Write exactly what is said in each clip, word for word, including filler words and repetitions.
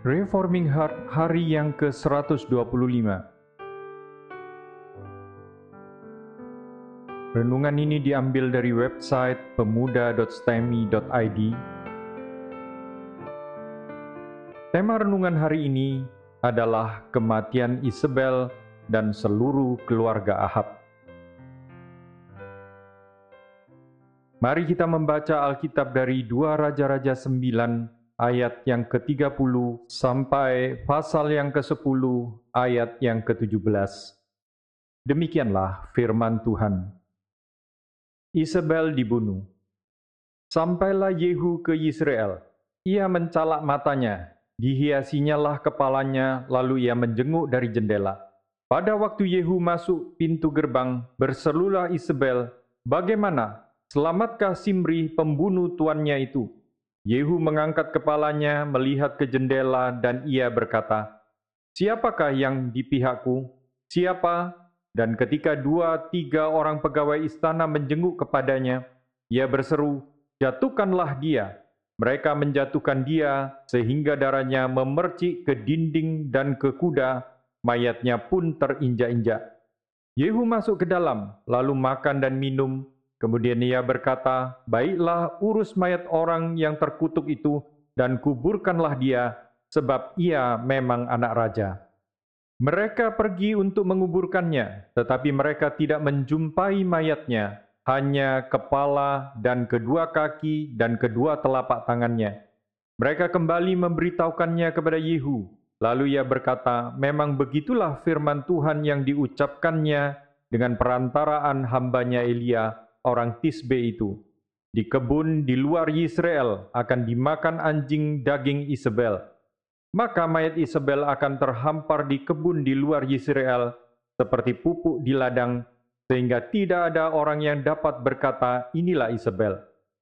Reforming Heart hari yang ke seratus dua puluh lima. Renungan ini diambil dari website pemuda dot stemi dot i d. Tema renungan hari ini adalah kematian Isabel dan seluruh keluarga Ahab. Mari kita membaca Alkitab dari dua Raja-Raja sembilan ayat yang ke tiga puluh sampai pasal yang ke sepuluh ayat yang ke tujuh belas. Demikianlah firman Tuhan. Isabel dibunuh. Sampailah Yehu ke Yisrael. Ia mencalak matanya, dihiasinyalah kepalanya, lalu ia menjenguk dari jendela. Pada waktu Yehu masuk pintu gerbang, berserulah Isabel, "Bagaimana? Selamatkah Simri pembunuh tuannya itu?" Yehu mengangkat kepalanya, melihat ke jendela, dan ia berkata, "Siapakah yang di pihakku? Siapa?" Dan ketika dua tiga orang pegawai istana menjenguk kepadanya, ia berseru, "Jatuhkanlah dia." Mereka menjatuhkan dia, sehingga darahnya memercik ke dinding dan ke kuda, mayatnya pun terinjak-injak. Yehu masuk ke dalam, lalu makan dan minum. Kemudian ia berkata, "Baiklah, urus mayat orang yang terkutuk itu, dan kuburkanlah dia, sebab ia memang anak raja." Mereka pergi untuk menguburkannya, tetapi mereka tidak menjumpai mayatnya, hanya kepala dan kedua kaki dan kedua telapak tangannya. Mereka kembali memberitahukannya kepada Yehu. Lalu ia berkata, "Memang begitulah firman Tuhan yang diucapkannya dengan perantaraan hambanya Elia, orang Tisbe itu. Di kebun di luar Yisrael akan dimakan anjing daging Isabel. Maka mayat Isabel akan terhampar di kebun di luar Yisrael, seperti pupuk di ladang, sehingga tidak ada orang yang dapat berkata, 'Inilah Isabel.'"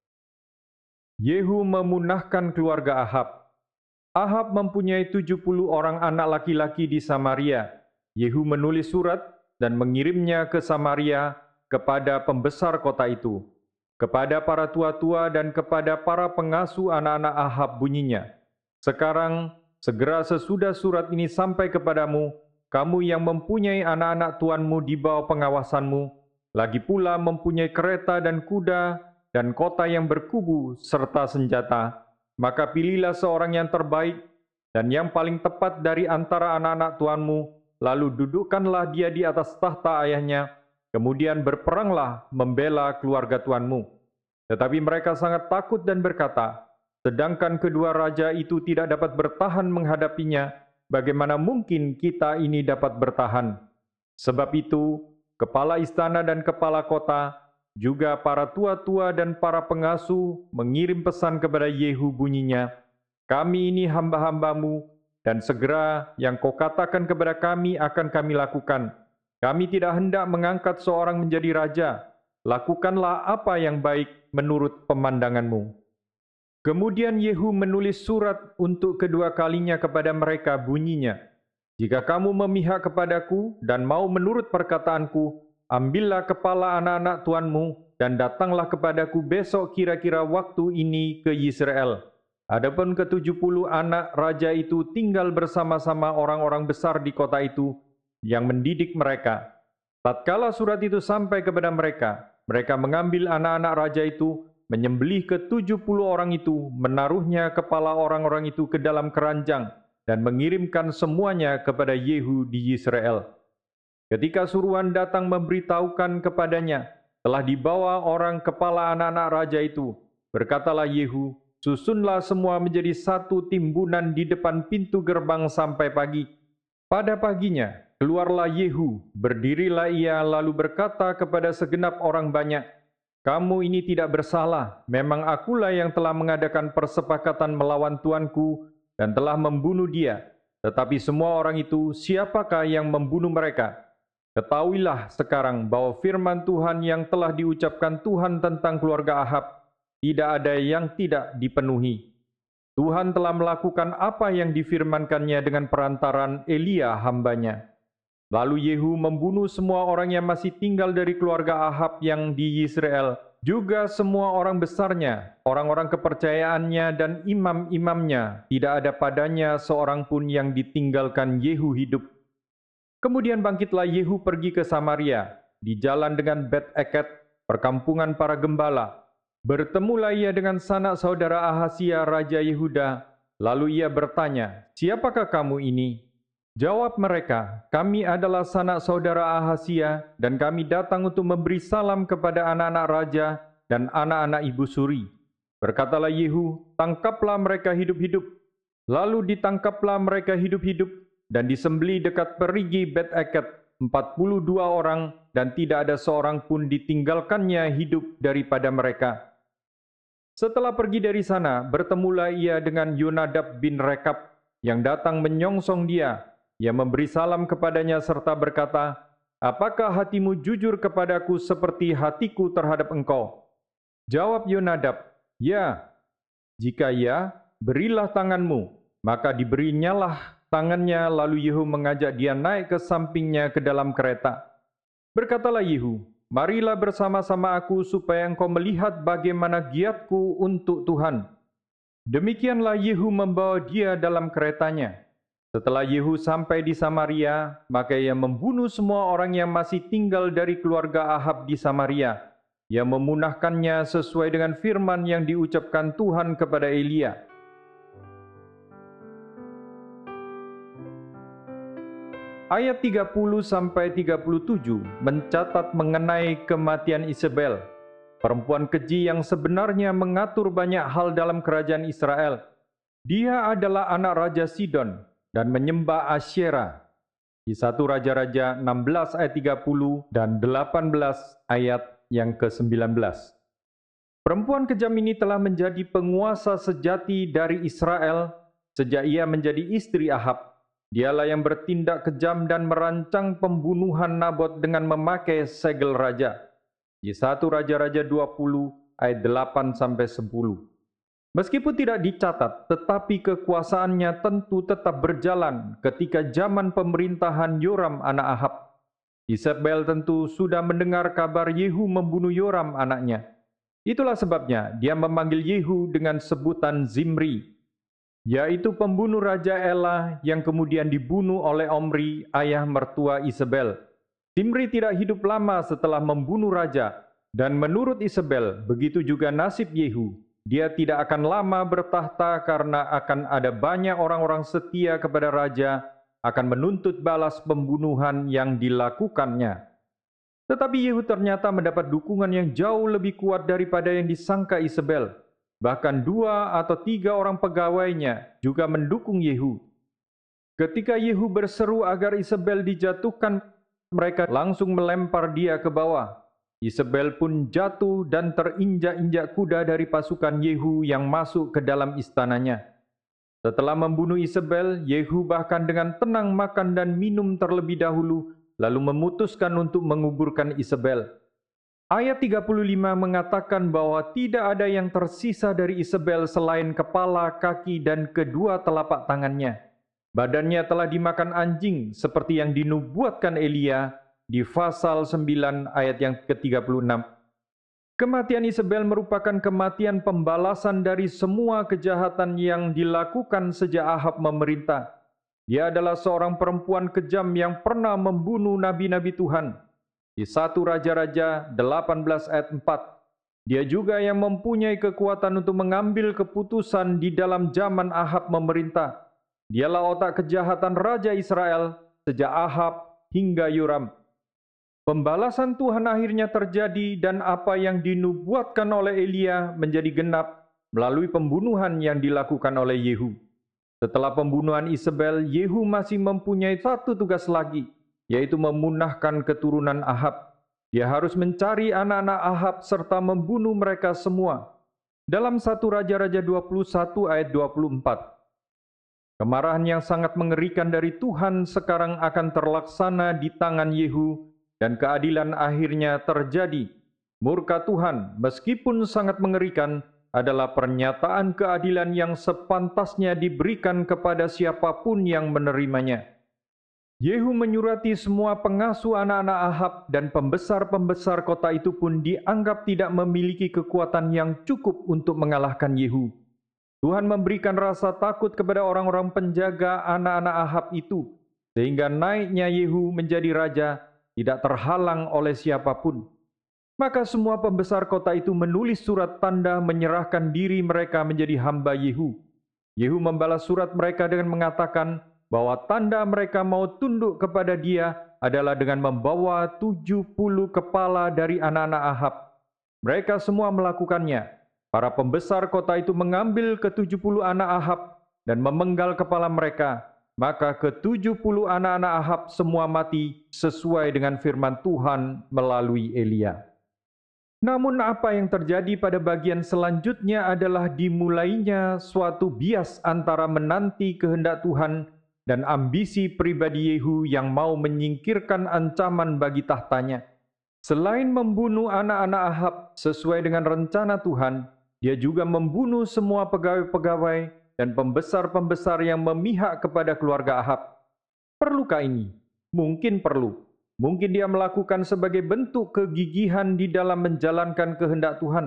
Yehu memunahkan keluarga Ahab. Ahab mempunyai tujuh puluh orang anak laki-laki di Samaria. Yehu menulis surat dan mengirimnya ke Samaria, kepada pembesar kota itu, kepada para tua-tua dan kepada para pengasuh anak-anak Ahab bunyinya, "Sekarang, segera sesudah surat ini sampai kepadamu, kamu yang mempunyai anak-anak tuanmu di bawah pengawasanmu, lagi pula mempunyai kereta dan kuda dan kota yang berkubu serta senjata, maka pilihlah seorang yang terbaik dan yang paling tepat dari antara anak-anak tuanmu, lalu dudukkanlah dia di atas tahta ayahnya, kemudian berperanglah membela keluarga tuanmu." Tetapi mereka sangat takut dan berkata, "Sedangkan kedua raja itu tidak dapat bertahan menghadapinya, bagaimana mungkin kita ini dapat bertahan?" Sebab itu, kepala istana dan kepala kota, juga para tua-tua dan para pengasuh mengirim pesan kepada Yehu bunyinya, "Kami ini hamba-hambamu, dan segera yang kau katakan kepada kami akan kami lakukan. Kami tidak hendak mengangkat seorang menjadi raja. Lakukanlah apa yang baik menurut pemandanganmu." Kemudian Yehu menulis surat untuk kedua kalinya kepada mereka bunyinya, "Jika kamu memihak kepadaku dan mau menurut perkataanku, ambillah kepala anak-anak tuanmu dan datanglah kepadaku besok kira-kira waktu ini ke Yisrael." Adapun ketujuh puluh anak raja itu tinggal bersama-sama orang-orang besar di kota itu, yang mendidik mereka. Tatkala surat itu sampai kepada mereka, mereka mengambil anak-anak raja itu, menyembelih ke tujuh puluh orang itu, menaruhnya kepala orang-orang itu ke dalam keranjang, dan mengirimkan semuanya kepada Yehu di Yisrael. Ketika suruhan datang memberitahukan kepadanya, telah dibawa orang kepala anak-anak raja itu, berkatalah Yehu, "Susunlah semua menjadi satu timbunan di depan pintu gerbang sampai pagi." Pada paginya, keluarlah Yehu, berdirilah ia lalu berkata kepada segenap orang banyak, "Kamu ini tidak bersalah, memang akulah yang telah mengadakan persepakatan melawan tuanku dan telah membunuh dia. Tetapi semua orang itu, siapakah yang membunuh mereka? Ketahuilah sekarang bahwa firman Tuhan yang telah diucapkan Tuhan tentang keluarga Ahab, tidak ada yang tidak dipenuhi. Tuhan telah melakukan apa yang difirmankannya dengan perantaran Elia hambanya." Lalu Yehu membunuh semua orang yang masih tinggal dari keluarga Ahab yang di Yisrael, Juga semua orang besarnya, orang-orang kepercayaannya dan imam-imamnya, tidak ada padanya seorang pun yang ditinggalkan Yehu hidup. Kemudian bangkitlah Yehu pergi ke Samaria, di jalan dengan Bet-Eket, perkampungan para gembala. Bertemulah ia dengan sanak saudara Ahasia, Raja Yehuda. Lalu ia bertanya, "Siapakah kamu ini?" Jawab mereka, "Kami adalah sanak saudara Ahasia, dan kami datang untuk memberi salam kepada anak-anak raja dan anak-anak ibu suri." Berkatalah Yehu, "Tangkaplah mereka hidup-hidup." Lalu ditangkaplah mereka hidup-hidup, dan disembelih dekat perigi Bet-Eket empat puluh dua orang, dan tidak ada seorang pun ditinggalkannya hidup daripada mereka. Setelah pergi dari sana, bertemulah ia dengan Yonadab bin Rekab, yang datang menyongsong dia. Ia memberi salam kepadanya serta berkata, "Apakah hatimu jujur kepadaku seperti hatiku terhadap engkau?" Jawab Yonadab, "Ya." "Jika ya, berilah tanganmu." Maka diberinyalah tangannya, lalu Yehu mengajak dia naik ke sampingnya ke dalam kereta. Berkatalah Yehu, "Marilah bersama-sama aku supaya engkau melihat bagaimana giatku untuk Tuhan." Demikianlah Yehu membawa dia dalam keretanya. Setelah Yehu sampai di Samaria, maka ia membunuh semua orang yang masih tinggal dari keluarga Ahab di Samaria. Ia memunahkannya sesuai dengan firman yang diucapkan Tuhan kepada Elia. Ayat tiga puluh sampai tiga puluh tujuh mencatat mengenai kematian Isabel, perempuan keji yang sebenarnya mengatur banyak hal dalam kerajaan Israel. Dia adalah anak Raja Sidon dan menyembah Asyera. Di satu Raja-Raja enam belas ayat tiga puluh dan delapan belas ayat yang ke sembilan belas. Perempuan kejam ini telah menjadi penguasa sejati dari Israel sejak ia menjadi istri Ahab. Dialah yang bertindak kejam dan merancang pembunuhan Nabot dengan memakai segel raja. Di satu Raja-Raja dua puluh ayat delapan sampai sepuluh. Meskipun tidak dicatat, tetapi kekuasaannya tentu tetap berjalan ketika zaman pemerintahan Yoram anak Ahab. Isabel tentu sudah mendengar kabar Yehu membunuh Yoram anaknya. Itulah sebabnya dia memanggil Yehu dengan sebutan Zimri, yaitu pembunuh Raja Ela yang kemudian dibunuh oleh Omri, ayah mertua Isabel. Zimri tidak hidup lama setelah membunuh raja, dan menurut Isabel, begitu juga nasib Yehu. Dia tidak akan lama bertahta karena akan ada banyak orang-orang setia kepada raja akan menuntut balas pembunuhan yang dilakukannya. Tetapi Yehu ternyata mendapat dukungan yang jauh lebih kuat daripada yang disangka Isabel. Bahkan dua atau tiga orang pegawainya juga mendukung Yehu. Ketika Yehu berseru agar Isabel dijatuhkan, mereka langsung melempar dia ke bawah. Isabel pun jatuh dan terinjak-injak kuda dari pasukan Yehu yang masuk ke dalam istananya. Setelah membunuh Isabel, Yehu bahkan dengan tenang makan dan minum terlebih dahulu, lalu memutuskan untuk menguburkan Isabel. Ayat tiga puluh lima mengatakan bahwa tidak ada yang tersisa dari Isabel selain kepala, kaki, dan kedua telapak tangannya. Badannya telah dimakan anjing seperti yang dinubuatkan Elia di pasal sembilan ayat yang ke tiga puluh enam. Kematian Isabel merupakan kematian pembalasan dari semua kejahatan yang dilakukan sejak Ahab memerintah. Dia adalah seorang perempuan kejam yang pernah membunuh nabi-nabi Tuhan. Di satu Raja-Raja delapan belas ayat empat, dia juga yang mempunyai kekuatan untuk mengambil keputusan di dalam zaman Ahab memerintah. Dialah otak kejahatan Raja Israel sejak Ahab hingga Yoram. Pembalasan Tuhan akhirnya terjadi dan apa yang dinubuatkan oleh Elia menjadi genap melalui pembunuhan yang dilakukan oleh Yehu. Setelah pembunuhan Isabel, Yehu masih mempunyai satu tugas lagi, yaitu memunahkan keturunan Ahab. Dia harus mencari anak-anak Ahab serta membunuh mereka semua. Dalam satu Raja-Raja dua puluh satu ayat dua puluh empat. Kemarahan yang sangat mengerikan dari Tuhan sekarang akan terlaksana di tangan Yehu, dan keadilan akhirnya terjadi. Murka Tuhan, meskipun sangat mengerikan, adalah pernyataan keadilan yang sepantasnya diberikan kepada siapapun yang menerimanya. Yehu menyurati semua pengasuh anak-anak Ahab, dan pembesar-pembesar kota itu pun dianggap tidak memiliki kekuatan yang cukup untuk mengalahkan Yehu. Tuhan memberikan rasa takut kepada orang-orang penjaga anak-anak Ahab itu, sehingga naiknya Yehu menjadi raja tidak terhalang oleh siapapun. Maka semua pembesar kota itu menulis surat tanda menyerahkan diri mereka menjadi hamba Yehu. Yehu membalas surat mereka dengan mengatakan bahwa tanda mereka mau tunduk kepada dia adalah dengan membawa tujuh puluh kepala dari anak-anak Ahab. Mereka semua melakukannya. Para pembesar kota itu mengambil ke tujuh puluh anak Ahab dan memenggal kepala mereka. Maka ke tujuh puluh anak-anak Ahab semua mati sesuai dengan firman Tuhan melalui Elia. Namun apa yang terjadi pada bagian selanjutnya adalah dimulainya suatu bias antara menanti kehendak Tuhan dan ambisi pribadi Yehu yang mau menyingkirkan ancaman bagi tahtanya. Selain membunuh anak-anak Ahab sesuai dengan rencana Tuhan, dia juga membunuh semua pegawai-pegawai dan pembesar-pembesar yang memihak kepada keluarga Ahab. Perlukah ini? Mungkin perlu. Mungkin dia melakukan sebagai bentuk kegigihan di dalam menjalankan kehendak Tuhan.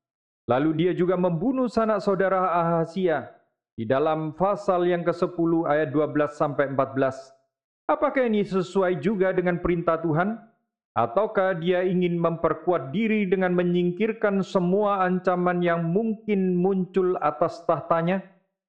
Lalu dia juga membunuh sanak saudara Ahazia di dalam pasal yang kesepuluh ayat dua belas sampai empat belas. Apakah ini sesuai juga dengan perintah Tuhan? Ataukah dia ingin memperkuat diri dengan menyingkirkan semua ancaman yang mungkin muncul atas tahtanya?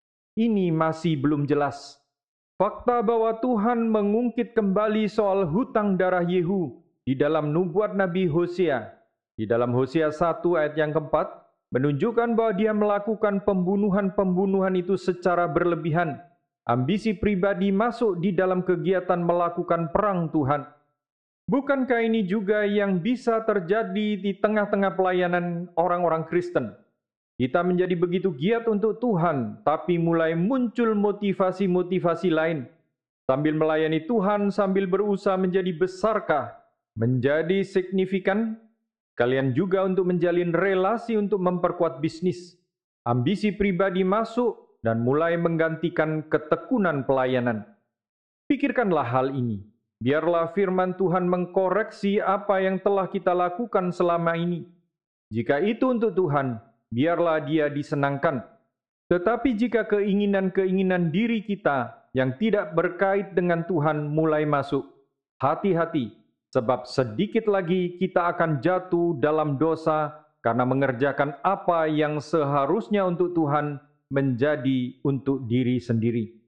Ini masih belum jelas. Fakta bahwa Tuhan mengungkit kembali soal hutang darah Yehu di dalam nubuat Nabi Hosea, di dalam Hosea satu ayat yang keempat, menunjukkan bahwa dia melakukan pembunuhan-pembunuhan itu secara berlebihan. Ambisi pribadi masuk di dalam kegiatan melakukan perang Tuhan. Bukankah ini juga yang bisa terjadi di tengah-tengah pelayanan orang-orang Kristen? Kita menjadi begitu giat untuk Tuhan, tapi mulai muncul motivasi-motivasi lain. Sambil melayani Tuhan, sambil berusaha menjadi besarkah, menjadi signifikan, kalian juga untuk menjalin relasi untuk memperkuat bisnis. Ambisi pribadi masuk dan mulai menggantikan ketekunan pelayanan. Pikirkanlah hal ini. Biarlah firman Tuhan mengkoreksi apa yang telah kita lakukan selama ini. Jika itu untuk Tuhan, biarlah dia disenangkan. Tetapi jika keinginan-keinginan diri kita yang tidak berkait dengan Tuhan mulai masuk, hati-hati, sebab sedikit lagi kita akan jatuh dalam dosa karena mengerjakan apa yang seharusnya untuk Tuhan menjadi untuk diri sendiri.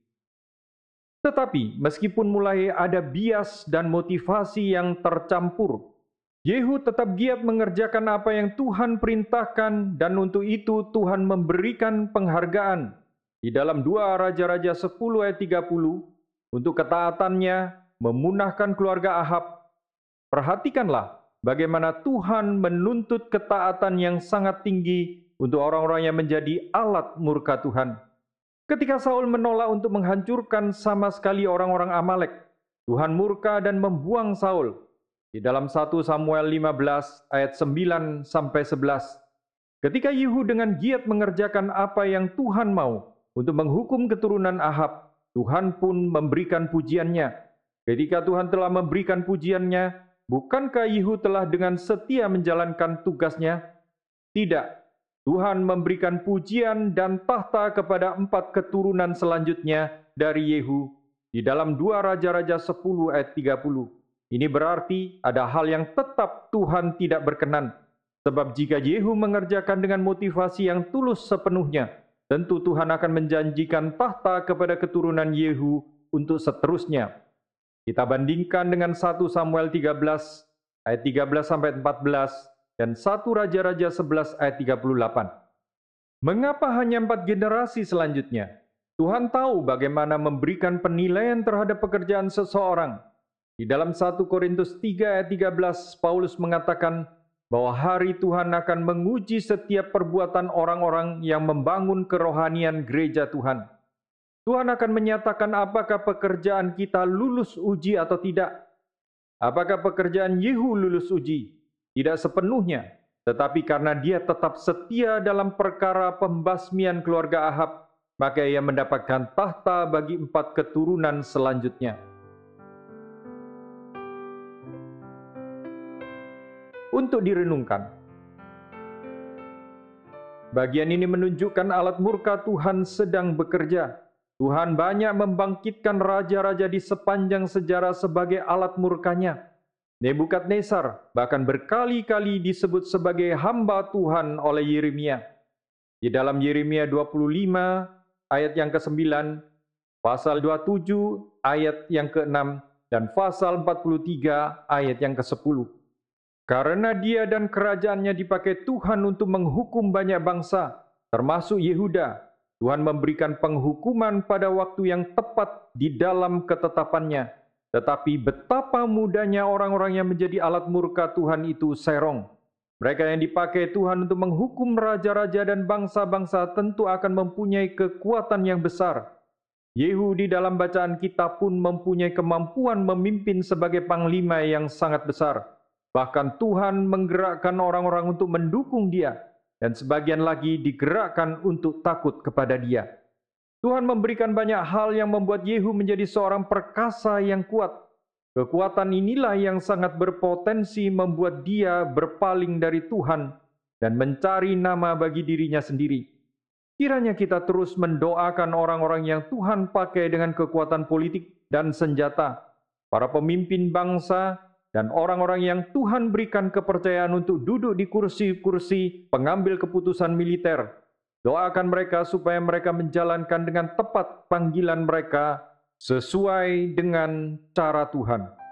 Tetapi meskipun mulai ada bias dan motivasi yang tercampur, Yehu tetap giat mengerjakan apa yang Tuhan perintahkan, dan untuk itu Tuhan memberikan penghargaan di dalam dua Raja-Raja sepuluh ayat tiga puluh untuk ketaatannya memunahkan keluarga Ahab. Perhatikanlah bagaimana Tuhan menuntut ketaatan yang sangat tinggi untuk orang-orang yang menjadi alat murka Tuhan. Ketika Saul menolak untuk menghancurkan sama sekali orang-orang Amalek, Tuhan murka dan membuang Saul. Di dalam satu Samuel lima belas ayat sembilan sampai sebelas. Ketika Yehu dengan giat mengerjakan apa yang Tuhan mau untuk menghukum keturunan Ahab, Tuhan pun memberikan pujiannya. Ketika Tuhan telah memberikan pujiannya, bukankah Yehu telah dengan setia menjalankan tugasnya? Tidak. Tuhan memberikan pujian dan tahta kepada empat keturunan selanjutnya dari Yehu di dalam dua Raja-Raja sepuluh ayat tiga puluh. Ini berarti ada hal yang tetap Tuhan tidak berkenan. Sebab jika Yehu mengerjakan dengan motivasi yang tulus sepenuhnya, tentu Tuhan akan menjanjikan tahta kepada keturunan Yehu untuk seterusnya. Kita bandingkan dengan satu Samuel tiga belas ayat tiga belas sampai empat belas dan satu Raja-Raja sebelas ayat tiga puluh delapan. Mengapa hanya empat generasi selanjutnya? Tuhan tahu bagaimana memberikan penilaian terhadap pekerjaan seseorang. Di dalam satu Korintus tiga ayat tiga belas, Paulus mengatakan bahwa hari Tuhan akan menguji setiap perbuatan orang-orang yang membangun kerohanian gereja Tuhan. Tuhan akan menyatakan apakah pekerjaan kita lulus uji atau tidak. Apakah pekerjaan Yehu lulus uji? Tidak sepenuhnya, tetapi karena dia tetap setia dalam perkara pembasmian keluarga Ahab, maka ia mendapatkan tahta bagi empat keturunan selanjutnya. untuk direnungkan. Bagian ini menunjukkan alat murka Tuhan sedang bekerja. Tuhan banyak membangkitkan raja-raja di sepanjang sejarah sebagai alat murkanya. Nebukadnezar bahkan berkali-kali disebut sebagai hamba Tuhan oleh Yeremia. Di dalam Yeremia dua puluh lima ayat yang kesembilan, pasal dua puluh tujuh ayat yang keenam, dan pasal empat puluh tiga ayat yang kesepuluh. Karena dia dan kerajaannya dipakai Tuhan untuk menghukum banyak bangsa, termasuk Yehuda, Tuhan memberikan penghukuman pada waktu yang tepat di dalam ketetapannya. Tetapi betapa mudahnya orang-orang yang menjadi alat murka Tuhan itu serong. Mereka yang dipakai Tuhan untuk menghukum raja-raja dan bangsa-bangsa tentu akan mempunyai kekuatan yang besar. Yehu di dalam bacaan kita pun mempunyai kemampuan memimpin sebagai panglima yang sangat besar. Bahkan Tuhan menggerakkan orang-orang untuk mendukung dia, dan sebagian lagi digerakkan untuk takut kepada dia. Tuhan memberikan banyak hal yang membuat Yehu menjadi seorang perkasa yang kuat. Kekuatan inilah yang sangat berpotensi membuat dia berpaling dari Tuhan dan mencari nama bagi dirinya sendiri. Kiranya kita terus mendoakan orang-orang yang Tuhan pakai dengan kekuatan politik dan senjata, para pemimpin bangsa, dan orang-orang yang Tuhan berikan kepercayaan untuk duduk di kursi-kursi pengambil keputusan militer. Doakan mereka supaya mereka menjalankan dengan tepat panggilan mereka sesuai dengan cara Tuhan.